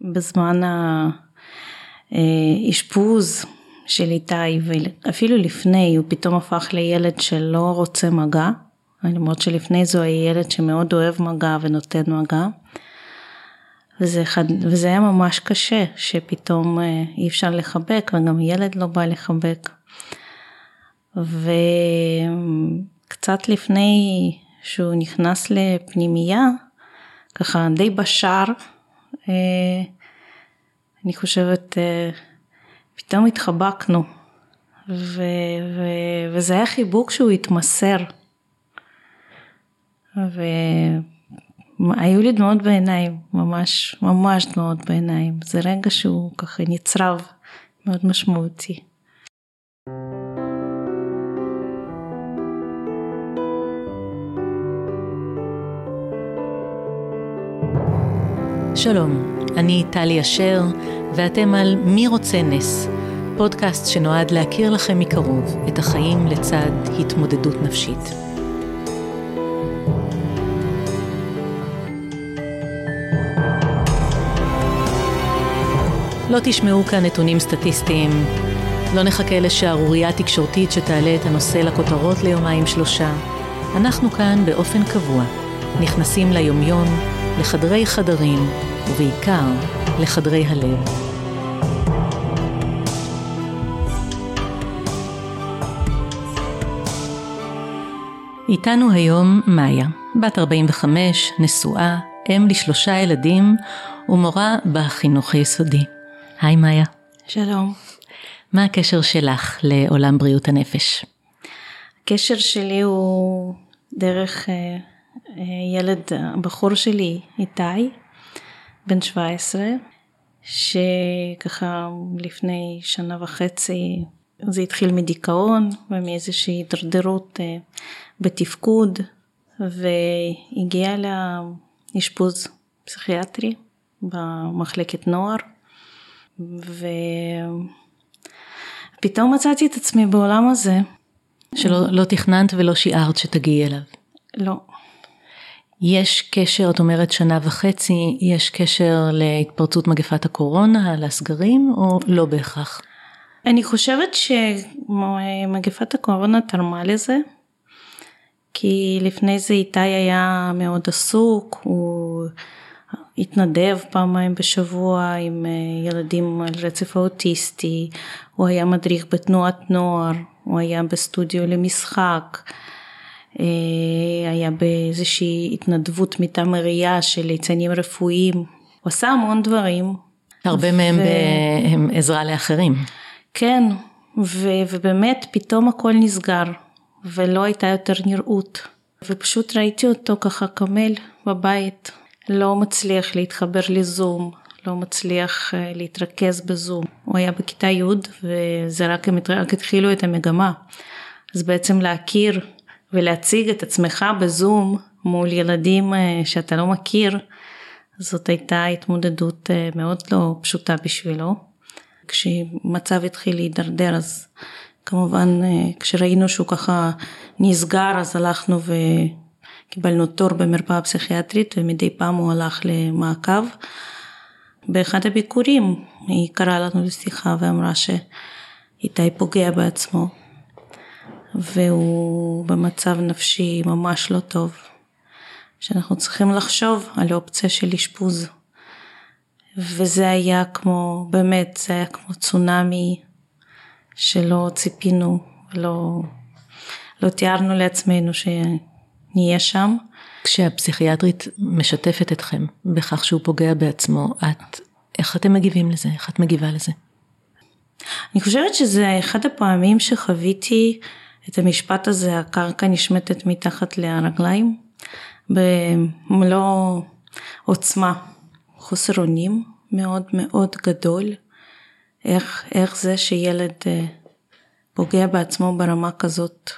בזמן האשפוז של איתי, ואפילו לפני, הוא פתאום הפך לילד שלא רוצה מגע, למרות שלפני זו היה ילד שמאוד אוהב מגע ונותן מגע, וזה היה ממש קשה, שפתאום אי אפשר לחבק, וגם ילד לא בא לחבק. וקצת לפני שהוא נכנס לפנימייה, ככה די בשער, אני חושבת, פתאום התחבקנו, וזה היה חיבוק שהוא התמסר, והיו לי דמעות בעיניים, ממש דמעות בעיניים, זה רגע שהוא ככה נצרב, מאוד משמעותי. שלום, אני טלי אשר, ואתם על מי רוצה נס, פודקאסט שנועד להכיר לכם מקרוב את החיים לצד התמודדות נפשית. לא תשמעו כאן נתונים סטטיסטיים, לא נחכה לשערורייה תקשורתית שתעלה את הנושא לכותרות ליומיים שלושה. אנחנו כאן באופן קבוע, נכנסים ליומיום, לחדרי חדרים, ובעיקר לחדרי הלב. איתנו היום מאיה, בת 45, נשואה, אם ל3 ילדים, ומורה בחינוך היסודי. היי מאיה. שלום. מה הקשר שלך לעולם בריאות הנפש? הקשר שלי הוא דרך ילד, הבחור שלי, איתי, בן 17, שככה לפני 1.5 שנה זה התחיל מדיכאון ומאיזושהי הידרדרות בתפקוד, והגיע לאשפוז פסיכיאטרי במחלקת נוער, ופתאום מצאתי את עצמי בעולם הזה. שלא תכננת ולא שיערת שתגיעי אליו. לא. יש קשר, את אומרת 1.5 שנה, יש קשר להתפרצות מגפת הקורונה, לסגרים, או לא בהכרח? אני חושבת שמגפת הקורונה תרמה לזה, כי לפני זה איתי היה מאוד עסוק, הוא התנדב 2 בשבוע עם ילדים על רצף האוטיסטי, הוא היה מדריך בתנועת נוער, הוא היה בסטודיו למשחק, היה באיזושהי התנדבות מטעם עירייה של ליצנים רפואיים, הוא עשה המון דברים. הרבה מהם הם עזרה לאחרים. כן, ובאמת פתאום הכל נסגר, ולא הייתה יותר נראות, ופשוט ראיתי אותו ככה קמל בבית, לא מצליח להתחבר לזום, לא מצליח להתרכז בזום. הוא היה בכיתה י' וזה רק התחילו את המגמה, אז בעצם להכיר ולהציג את עצמך בזום מול ילדים שאתה לא מכיר, זאת הייתה התמודדות מאוד לא פשוטה בשבילו. כשמצב התחיל להידרדר, אז כמובן כשראינו שהוא ככה נסגר, אז הלכנו וקיבלנו תור במרפאה פסיכיאטרית, ומדי פעם הוא הלך למעקב. באחד הביקורים היא קראה לנו לשיחה ואמרה שאיתי פוגע בעצמו, והוא במצב נפשי ממש לא טוב, שאנחנו צריכים לחשוב על אופציה של אשפוז. וזה היה כמו, באמת, זה היה כמו צונאמי שלא ציפינו, לא תיארנו לעצמנו שנהיה שם. כשהפסיכיאטרית משתפת אתכם בכך שהוא פוגע בעצמו, איך אתם מגיבים לזה? איך את מגיבה לזה? אני חושבת שזה אחד הפעמים שחוויתי את המשפט הזה, הקרקע נשמטת מתחת לרגליים, במלוא עוצמה, חוסר אונים מאוד מאוד גדול, איך זה שילד פוגע בעצמו ברמה כזאת,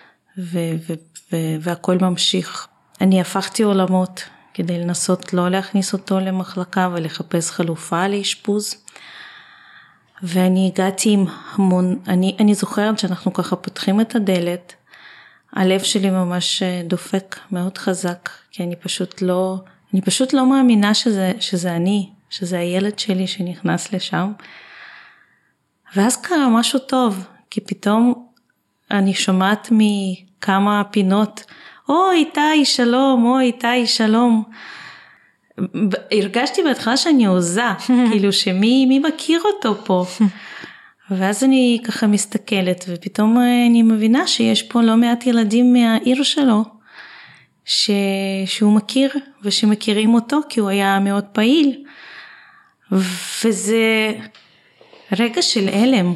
והכל ממשיך. אני הפכתי עולמות כדי לנסות לא להכניס אותו למחלקה ולחפש חלופה לאשפוז, ואני הגעתי עם המון, אני זוכרת שאנחנו ככה פותחים את הדלת, הלב שלי ממש דופק מאוד חזק, כי אני פשוט לא מאמינה שזה אני, שזה הילד שלי שנכנס לשם. ואז קרה משהו טוב, כי פתאום אני שומעת מכמה פינות, איתי שלום, איתי שלום. הרגשתי בהתחלה שאני עוזה, כאילו שמי מכיר אותו פה. ואז אני ככה מסתכלת, ופתאום אני מבינה שיש פה לא מעט ילדים מהעיר שלו, שהוא מכיר, ושמכירים אותו, כי הוא היה מאוד פעיל. וזה רגע של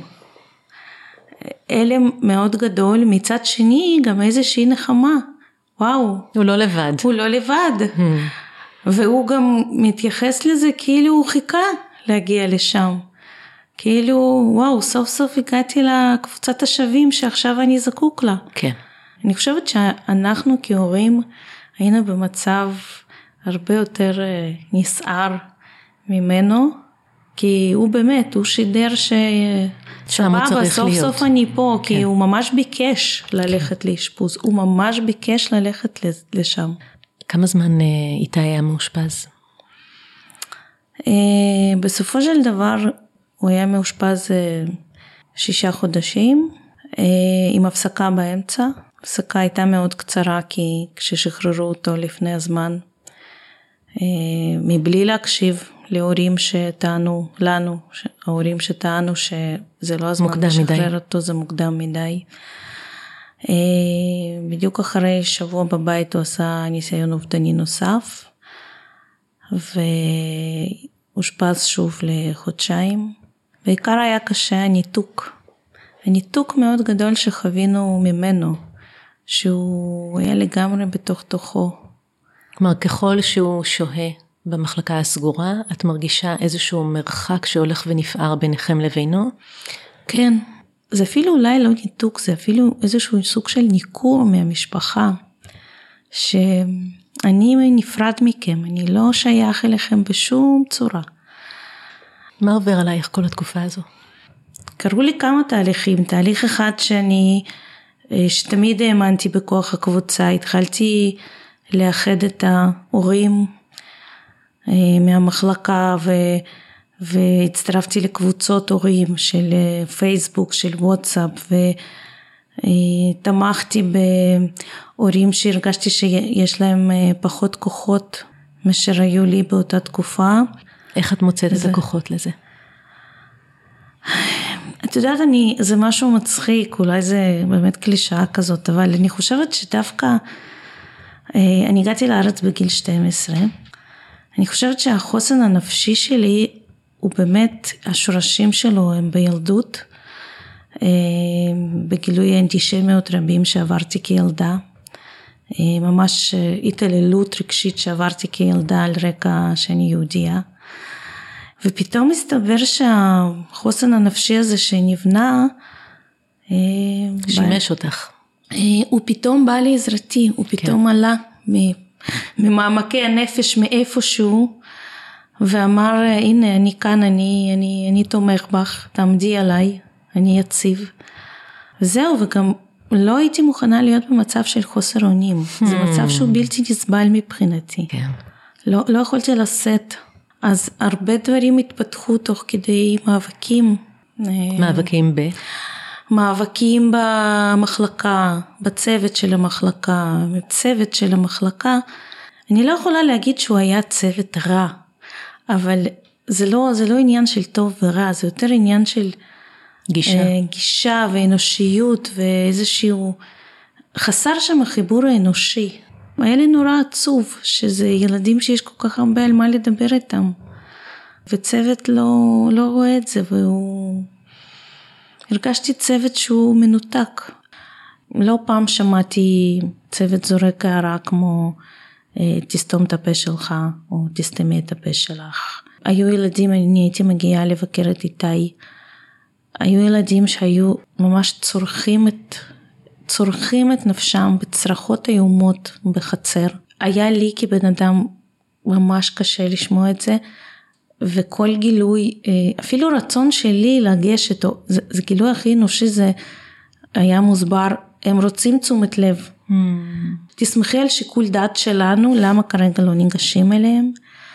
אלם מאוד גדול, מצד שני גם איזושהי נחמה. וואו. הוא לא לבד. הוא לא לבד. והוא גם מתייחס לזה כאילו הוא חיכה להגיע לשם. כאילו, וואו, סוף סוף הגעתי לקבוצת השווים שעכשיו אני זקוק לה. כן. אני חושבת שאנחנו כהורים היינו במצב הרבה יותר נסער ממנו, כי הוא באמת, הוא שידר שסבבה, סוף סוף אני פה, כן. כי הוא ממש ביקש ללכת לאשפוז, הוא ממש ביקש ללכת לשם. כמה זמן איתי היה מאושפז? בסופו של דבר הוא היה מאושפז 6 חודשים, עם הפסקה באמצע. הפסקה הייתה מאוד קצרה, כי כששחררו אותו לפני הזמן, מבלי להקשיב להורים שטענו לנו, ההורים שטענו שזה לא הזמן לשחרר אותו, זה מוקדם מדי. בדיוק אחרי שבוע בבית הוא עשה ניסיון אובדני נוסף, והושפז שוב לחודשיים. בעיקר היה קשה הניתוק מאוד גדול שחווינו ממנו, שהוא היה לגמרי בתוך תוכו. כלומר, ככל שהוא שוהה במחלקה הסגורה, את מרגישה איזשהו מרחק שהולך ונפער ביניכם לבינו? כן, זה אפילו אולי לא ניתוק, זה אפילו איזשהו סוג של ניכור מהמשפחה, שאני נפרד מכם, אני לא שייך אליכם בשום צורה. מה עובר עלייך כל התקופה הזו? קראו לי כמה תהליכים, תהליך אחד שתמיד האמנתי בכוח הקבוצה, התחלתי לאחד את ההורים מהמחלקה והצטרפתי לקבוצות הורים של פייסבוק, של וואטסאפ, ותמכתי בהורים שהרגשתי שיש להם פחות כוחות מאשר היו לי באותה תקופה. איך את מוצאת את הכוחות לזה? את יודעת, זה משהו מצחיק, אולי זה באמת קלישאה כזאת, אבל אני חושבת שדווקא, אני הגעתי לארץ בגיל 12, אני חושבת שהחוסן הנפשי שלי, הוא באמת, השורשים שלו הם בילדות, בגילוי האנטישמיות רבים שעברתי כילדה, ממש התעללות רגשית שעברתי כילדה על רקע שאני יהודייה, ופתאום מסתבר שהחוסן הנפשי הזה שנבנה, שימש אותך. הוא פתאום בא לעזרתי, הוא פתאום עלה ממעמקי הנפש מאיפשהו, ואמר, הנה אני כאן, אני תומך בך, תעמדי עליי, אני יציב. וזהו, וגם לא הייתי מוכנה להיות במצב של חוסר אונים, זה מצב שהוא בלתי נסבל מבחינתי. כן. לא יכולתי לשאת. אז הרבה דברים התפתחו תוך כדי מאבקים. מאבקים מאבקים במחלקה, בצוות של המחלקה, בצוות של המחלקה. אני לא יכולה להגיד שהוא היה צוות רע, אבל זה לא עניין של טוב ורע, זה יותר עניין של גישה ואנושיות, ואיזשהו חסר שם החיבור האנושי. היה לי נורא עצוב שזה ילדים שיש כל כך הרבה על מה לדבר איתם, וצוות לא רואה את זה, הרגשתי צוות שהוא מנותק. לא פעם שמעתי צוות זורק הערה כמו תסתום את הפה שלך, או תסתמי את הפה שלך. היו ילדים, אני הייתי מגיעה לבקר את איתי, היו ילדים שהיו ממש צורכים את נפשם בצרחות איומות בחצר. היה לי כבן אדם ממש קשה לשמוע את זה, וכל גילוי, אפילו רצון שלי לגשת, זה גילוי הכי אנושי, זה היה מוסבר, הם רוצים תשומת לב. תסמכי על שיקול דעת שלנו, למה כרגע לא ניגשים אליהם,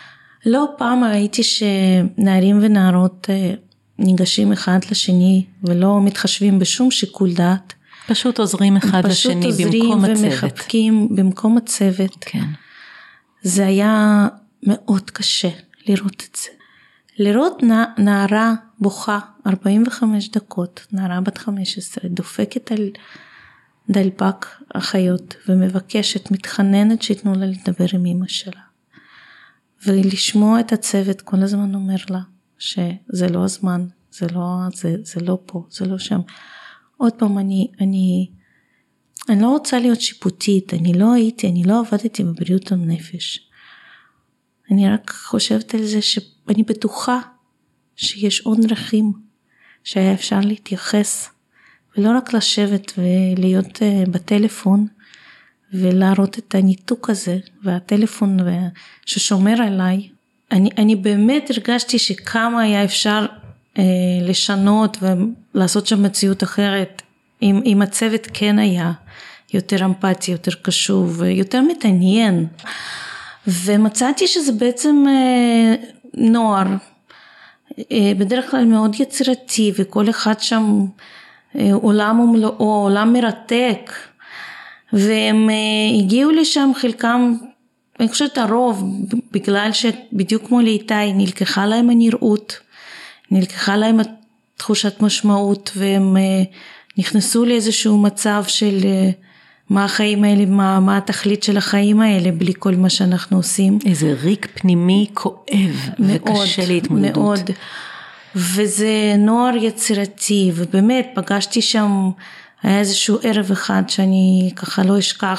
לא, פעם ראיתי שנערים ונערות ניגשים אחד לשני ולא מתחשבים בשום שיקול דעת. פשוט עוזרים אחד לשני במקום הצוות. פשוט עוזרים ומחבקים במקום הצוות. כן. זה היה מאוד קשה לראות את זה. לראות נערה בוכה 45 דקות, נערה בת 15, דופקת על דלפק החיות ומבקשת, מתחננת שיתנו לה לדבר עם אמא שלה. ולשמוע את הצוות כל הזמן אומר לה שזה לא הזמן, זה לא פה, זה לא שם. עוד פעם, אני לא רוצה להיות שיפוטית, אני לא עבדתי בבריאות הנפש. אני רק חושבת על זה שאני בטוחה שיש עוד דרכים שהיה אפשר להתייחס, ולא רק לשבת ולהיות בטלפון, ולהראות את הניתוק הזה, והטלפון ששומר עליי. אני באמת הרגשתי שכמה היה אפשר לשנות ולעשות שם מציאות אחרת, אם הצוות כן היה יותר אמפתי, יותר קשוב, יותר מתעניין. ומצאתי שזה בעצם נוער, בדרך כלל מאוד יצירתי, וכל אחד שם עולם ומלואו, עולם מרתק, והם הגיעו לשם חלקם, אני חושבת הרוב, בגלל שבדיוק כמו לאיתי, נלקחה להם הנראות, נלקחה להם תחושת משמעות, והם נכנסו לאיזשהו מצב של מה החיים האלה, מה התכלית של החיים האלה, בלי כל מה שאנחנו עושים. איזה ריק פנימי כואב, מאוד, וקשה להתמודדות. מאוד, וזה נוער יצירתי, ובאמת פגשתי שם, היה איזשהו ערב אחד שאני ככה לא אשכח,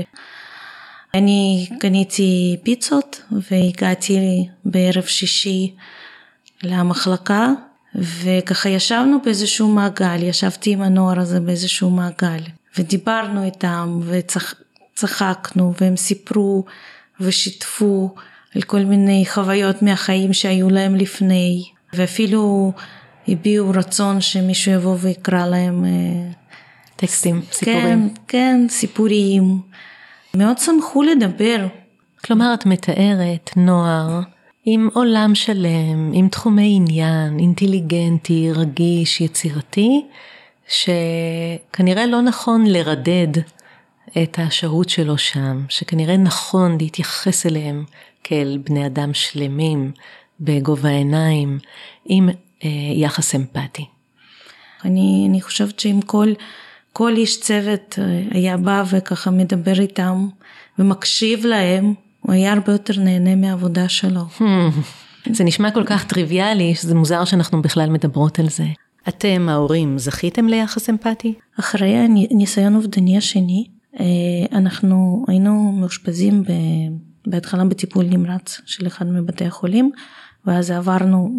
שאני קניתי פיצות, והגעתי בערב שישי למחלקה, וככה ישבנו באיזשהו מעגל, ישבתי עם הנוער הזה באיזשהו מעגל, ודיברנו איתם וצחקנו, והם סיפרו ושיתפו על כל מיני חוויות מהחיים שהיו להם לפני, ואפילו הביעו רצון שמישהו יבוא ויקרא להם טקסטים, סיפורים. כן, כן, סיפורים. מאוד שמחו לדבר. כלומר, את מתארת נוער עם עולם שלם, עם תחומי עניין, אינטליגנטי, רגיש, יצירתי, שכנראה לא נכון לרדד את השהות שלו שם, שכנראה נכון להתייחס אליהם כאל בני אדם שלמים, בגובה העיניים, עם יחס אמפתי. אני חושבת שאם כל איש צוות היה בא וככה מדבר איתם ומקשיב להם, הוא היה הרבה יותר נהנה מהעבודה שלו. זה נשמע כל כך טריוויאלי, שזה מוזר שאנחנו בכלל מדברות על זה. אתם, ההורים, זכיתם ליחס אמפתי? אחרי הניסיון אובדני השני, אנחנו היינו מאושפזים בהתחלה בטיפול נמרץ של אחד מבתי החולים, ואז עברנו,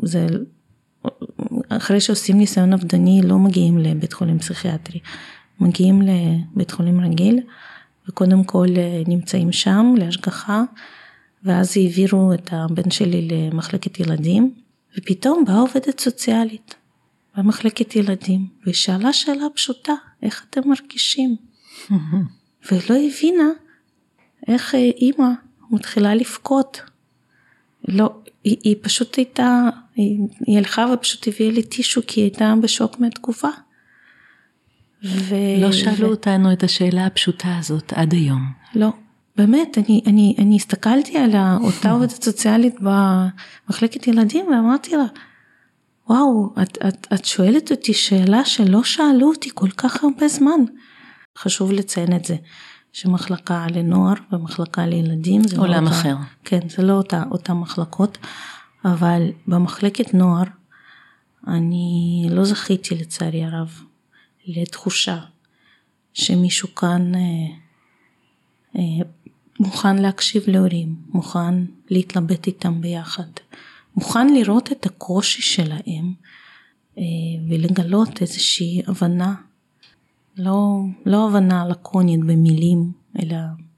אחרי שעושים ניסיון אובדני, לא מגיעים לבית חולים פסיכיאטרי, מגיעים לבית חולים רגיל, וקודם כל נמצאים שם להשגחה, ואז העבירו את הבן שלי למחלקת ילדים, ופתאום באה עובדת סוציאלית במחלקת ילדים, ושאלה שאלה פשוטה, איך אתם מרגישים? ולא הבינה איך אמא מתחילה לפקות. לא, היא פשוט הייתה, היא הלכה ופשוט הביאה לי טישו, כי היא הייתה בשוק מהתגובה. לא שאלו אותנו את השאלה הפשוטה הזאת עד היום. לא, באמת, אני הסתכלתי על אותה עובדת סוציאלית במחלקת ילדים, ואמרתי לה, וואו, את שואלת אותי שאלה שלא שאלו אותי כל כך הרבה זמן. חשוב לציין את זה, שמחלקה לנוער ומחלקה לילדים, זה עולם לא אחר. כן, זה לא אותה מחלקות, אבל במחלקת נוער, אני לא זכיתי לצערי הרב, לתחושה שמישהו כאן מוכן להקשיב להורים, מוכן להתלבט איתם ביחד, מוכן לראות את הקושי שלהם, ולגלות איזושהי הבנה, לא הבנה לקונית במילים, אלא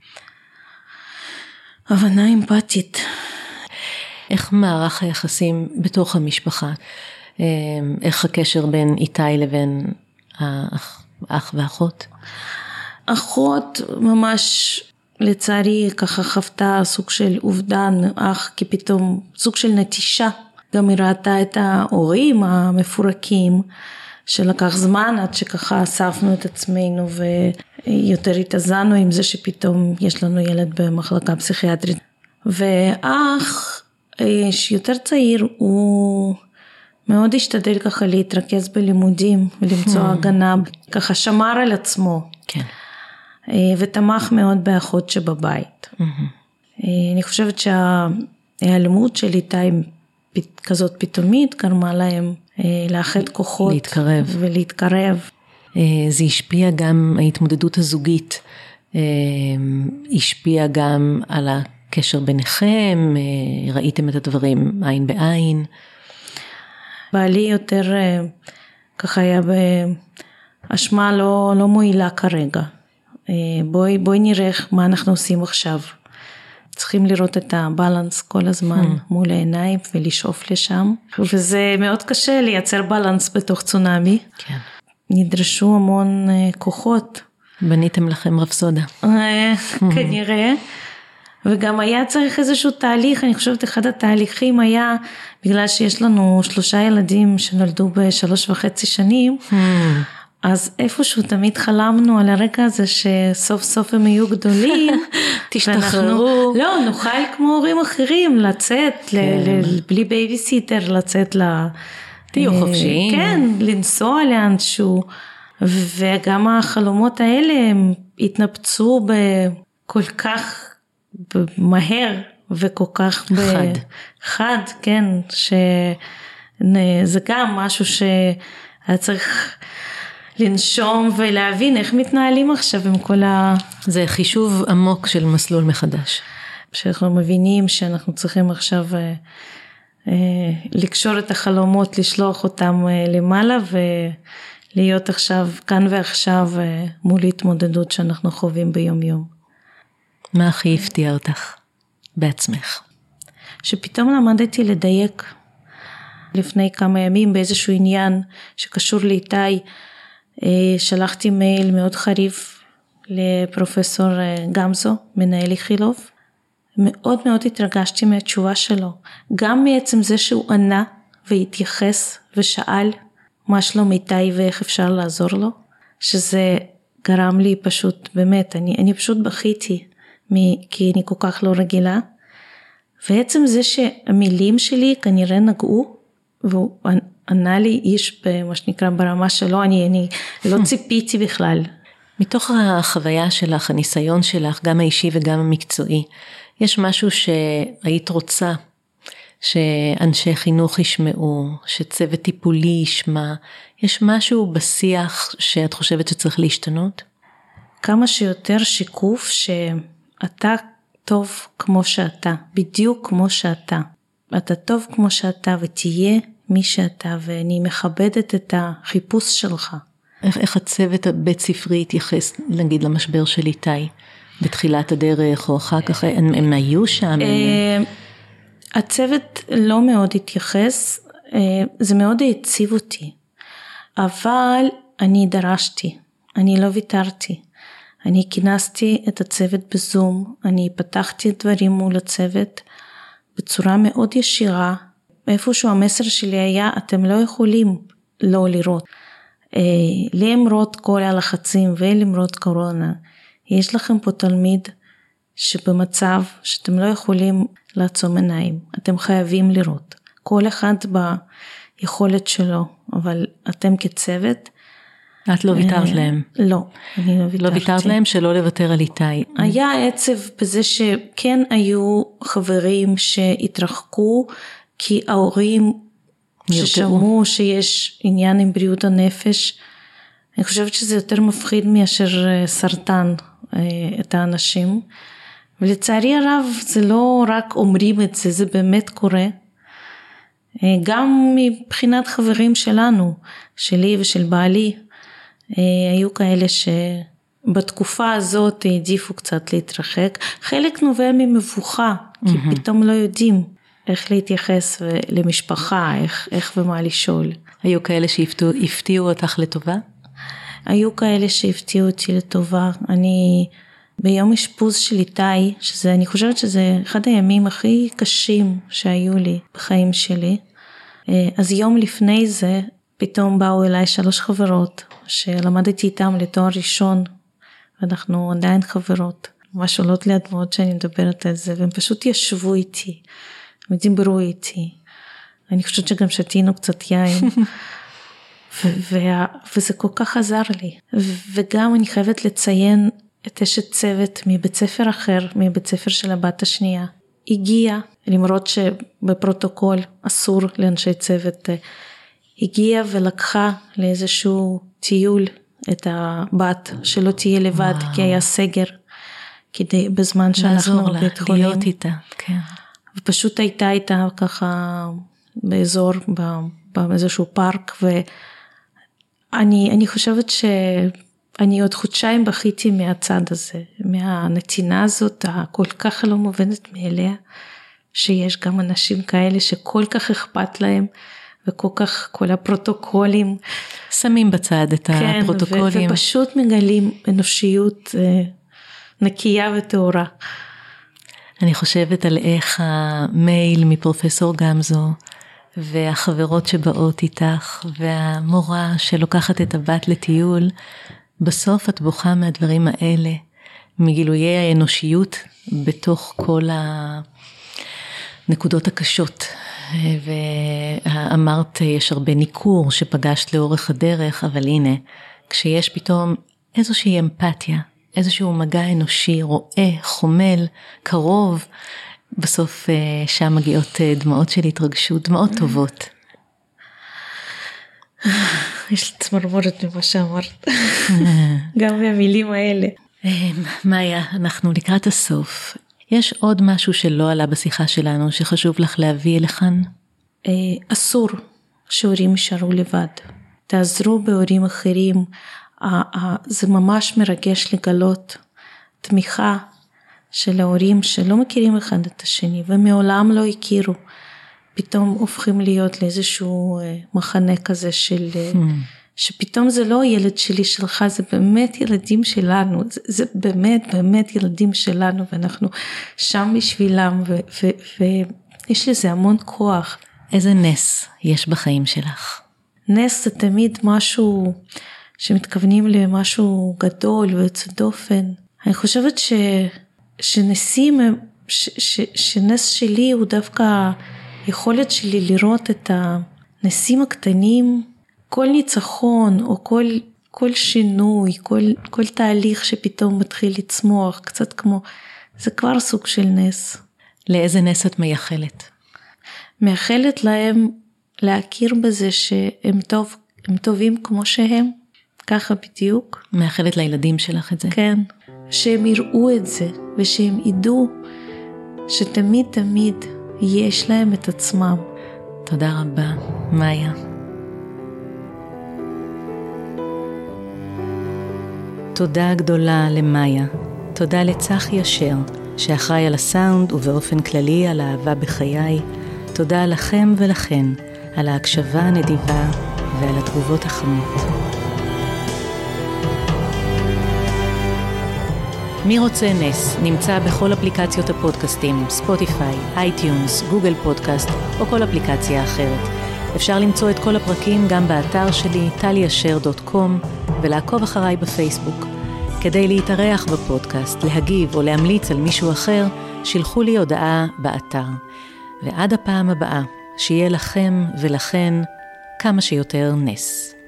הבנה אמפתית. איך מערך היחסים בתוך המשפחה? איך הקשר בין איתי לבין האח והאחות? אחות ממש לצערי ככה חוותה סוג של אובדן אח, כי פתאום סוג של נטישה, גם היא ראתה את ההורים המפורקים, שלקח זמן עד שככה אספנו את עצמנו ויותר התאזנו עם זה שפתאום יש לנו ילד במחלקה פסיכיאטרית. ואח שיותר צעיר הוא מאוד השתדל ככה להתרכז בלימודים ולמצוא הגנה, ככה שמר על עצמו. כן. ותמך מאוד באחות שבבית. אני חושבת שההיעלמות של איתי כזאת פתאומית גרמה להם לאחד כוחות. להתקרב. ולהתקרב. זה השפיע גם, ההתמודדות הזוגית, השפיע גם על הקשר ביניכם, ראיתם את הדברים עין בעין. בעלי יותר ככה היה באשמה לא מועילה כרגע. בואי נראה מה אנחנו עושים עכשיו. צריכים לראות את הבלנס כל הזמן מול העיניים ולשאוף לשם. וזה מאוד קשה לייצר בלנס בתוך צונאמי. כן. נדרשו המון כוחות. בניתם לכם רפסודה. כנראה. וגם היה צריך איזשהו תהליך, אני חושבת אחד התהליכים היה, בגלל שיש לנו 3 ילדים שנולדו ב3.5 שנים, אז איפשהו תמיד חלמנו על הרגע הזה שסוף סוף הם יהיו גדולים. תשתחררו. לא, נוכל כמו הורים אחרים לצאת, בלי בייביסיטר, לצאת תהיו חופשיים. כן, לנסוע לאנשהו. וגם החלומות האלה הם התנפצו בכל כך מהר וכל כך חד, כן, שזה גם משהו שהיה צריך לנשום ולהבין איך מתנהלים עכשיו עם כל זה חישוב עמוק של מסלול מחדש. שאנחנו מבינים שאנחנו צריכים עכשיו לקשור את החלומות, לשלוח אותם למעלה ולהיות עכשיו, כאן ועכשיו מול התמודדות שאנחנו חווים ביום יום. מה הכי הפתיע אותך בעצמך? שפתאום למדתי לדייק לפני כמה ימים באיזשהו עניין שקשור לאיתי, שלחתי מייל מאוד חריף לפרופסור גמזו, מנהל איכילוב, מאוד מאוד התרגשתי מהתשובה שלו, גם מעצם זה שהוא ענה והתייחס ושאל מה שלום איתי ואיך אפשר לעזור לו, שזה גרם לי פשוט, באמת, אני פשוט בכיתי, כי אני כל כך לא רגילה, ועצם זה שהמילים שלי כנראה נגעו, והוא ענה לי איש במה שנקרא ברמה שלו, אני לא ציפיתי בכלל. מתוך החוויה שלך, הניסיון שלך, גם האישי וגם המקצועי, יש משהו שהיית רוצה, שאנשי חינוך ישמעו, שצוות טיפולי ישמע, יש משהו בשיח שאת חושבת שצריך להשתנות? כמה שיותר שיקוף שאתה טוב כמו שאתה, בדיוק כמו שאתה. אתה טוב כמו שאתה ותהיה מי שאתה, ואני מכבדת את החיפוש שלך. איך הצוות הבית ספרי התייחס, נגיד, למשבר של איתי, בתחילת הדרך או אחר כך, הם היו שם? הצוות לא מאוד התייחס, זה מאוד הציב אותי, אבל אני דרשתי, אני לא ויתרתי. אני כינסתי את הצוות בזום, אני פתחתי את דברים מול הצוות בצורה מאוד ישירה, איפשהו המסר שלי היה, אתם לא יכולים לא לראות. למרות כל הלחצים ולמרות קורונה, יש לכם פה תלמיד שבמצב שאתם לא יכולים לעצום עיניים, אתם חייבים לראות. כל אחד ביכולת שלו, אבל אתם כצוות, את לא ויתרת להם. לא, אני לא ויתרתי. לא ויתרת להם שלא לוותר על איתי. היה עצב בזה שכן היו חברים שהתרחקו, כי ההורים ששמעו שיש עניין עם בריאות הנפש, אני חושבת שזה יותר מפחיד מאשר סרטן את האנשים, ולצערי הרב זה לא רק אומרים את זה, זה באמת קורה. גם מבחינת חברים שלנו, שלי ושל בעלי, היו כאלה שבתקופה הזאת העדיפו קצת להתרחק, חלק נובע ממבוכה, כי פתאום לא יודעים איך להתייחס למשפחה, איך ומה לשאול. היו כאלה שהפתיעו אותך לטובה? היו כאלה שהפתיעו אותי לטובה, אני ביום אשפוז של איתי, אני חושבת שזה אחד הימים הכי קשים שהיו לי בחיים שלי, אז יום לפני זה, פתאום באו אליי 3 חברות, שלמדתי איתם לתואר ראשון, ואנחנו עדיין חברות, ממש עולות ליד מאוד שאני מדברת על זה, והם פשוט ישבו איתי, ודיברו איתי, אני חושבת שגם שתינו קצת יין, וזה כל כך עזר לי, וגם אני חייבת לציין את אשת צוות מבית ספר אחר, מבית ספר של הבת השנייה, הגיעה, למרות שבפרוטוקול אסור לאנשי צוות, הגיעה ולקחה לאיזשהו טיול את הבת, שלא תהיה לבד, כי היה סגר, כדי בזמן שאנחנו בבית חולים, להיות איתה, כן. ופשוט הייתה איתה ככה באזור, באיזשהו פארק, ואני חושבת שאני עוד חודשיים בכיתי מהצד הזה, מהנתינה הזאת, הכל כך לא מובנת מאליה, שיש גם אנשים כאלה שכל כך אכפת להם, וכל כך כל הפרוטוקולים. שמים בצד את הפרוטוקולים. ופשוט מגלים אנושיות נקייה וטהורה. אני חושבת על איך המייל מפרופסור גמזו, והחברות שבאות איתך, והמורה שלוקחת את הבת לטיול, בסוף את בוכה מהדברים האלה, מגילויי האנושיות, בתוך כל הנקודות הקשות. ואמרת, יש הרבה ניכור שפגשת לאורך הדרך, אבל הנה, כשיש פתאום איזושהי אמפתיה, איזשהו מגע אנושי, רואה, חומל, קרוב, בסוף שם מגיעות דמעות של התרגשות, דמעות טובות. יש לי צמרמורת ממה שאמרת, גם מהמילים האלה. מאיה, אנחנו לקראת הסוף. יש עוד משהו שלא עלה בשיחה שלנו, שחשוב לך להביא לכאן? אסור שהורים יישארו לבד. תעזרו בהורים אחרים. זה ממש מרגש לגלות תמיכה של ההורים שלא מכירים אחד את השני, ומעולם לא הכירו. פתאום הופכים להיות לאיזשהו מחנה כזה של... שפתאום זה לא ילד שלי שלך, זה באמת ילדים שלנו, זה באמת ילדים שלנו, ואנחנו שם בשבילם, ויש לזה המון כוח. איזה נס יש בחיים שלך? נס זה תמיד משהו שמתכוונים למשהו גדול ויוצא דופן. אני חושבת שנסים, שנס שלי הוא דווקא יכולת שלי לראות את הנסים הקטנים, כל ניצחון או כל שינוי, כל תהליך שפתאום מתחיל לצמוח, קצת כמו, זה כבר סוג של נס. לאיזה נס את מייחלת? מייחלת להם להכיר בזה שהם טובים כמו שהם, ככה בדיוק. מייחלת לילדים שלך את זה? כן, שהם יראו את זה, ושהם ידעו שתמיד תמיד יש להם את עצמם. תודה רבה, מאיה. תודה גדולה למאיה, תודה לצחי אשר, שאחראי על הסאונד ובאופן כללי על האהבה בחיי, תודה לכם ולכן, על ההקשבה הנדיבה ועל התגובות החמות. מי רוצה נס נמצא בכל אפליקציות הפודקאסטים, ספוטיפיי, אייטיונס, גוגל פודקאסט או כל אפליקציה אחרת. אפשר למצוא את כל הפרקים גם באתר שלי, taliasher.com, ולעקוב אחריי בפייסבוק. כדי להתארח בפודקאסט, להגיב או להמליץ על מישהו אחר, שילחו לי הודעה באתר. ועד הפעם הבאה, שיהיה לכם ולכן כמה שיותר נס.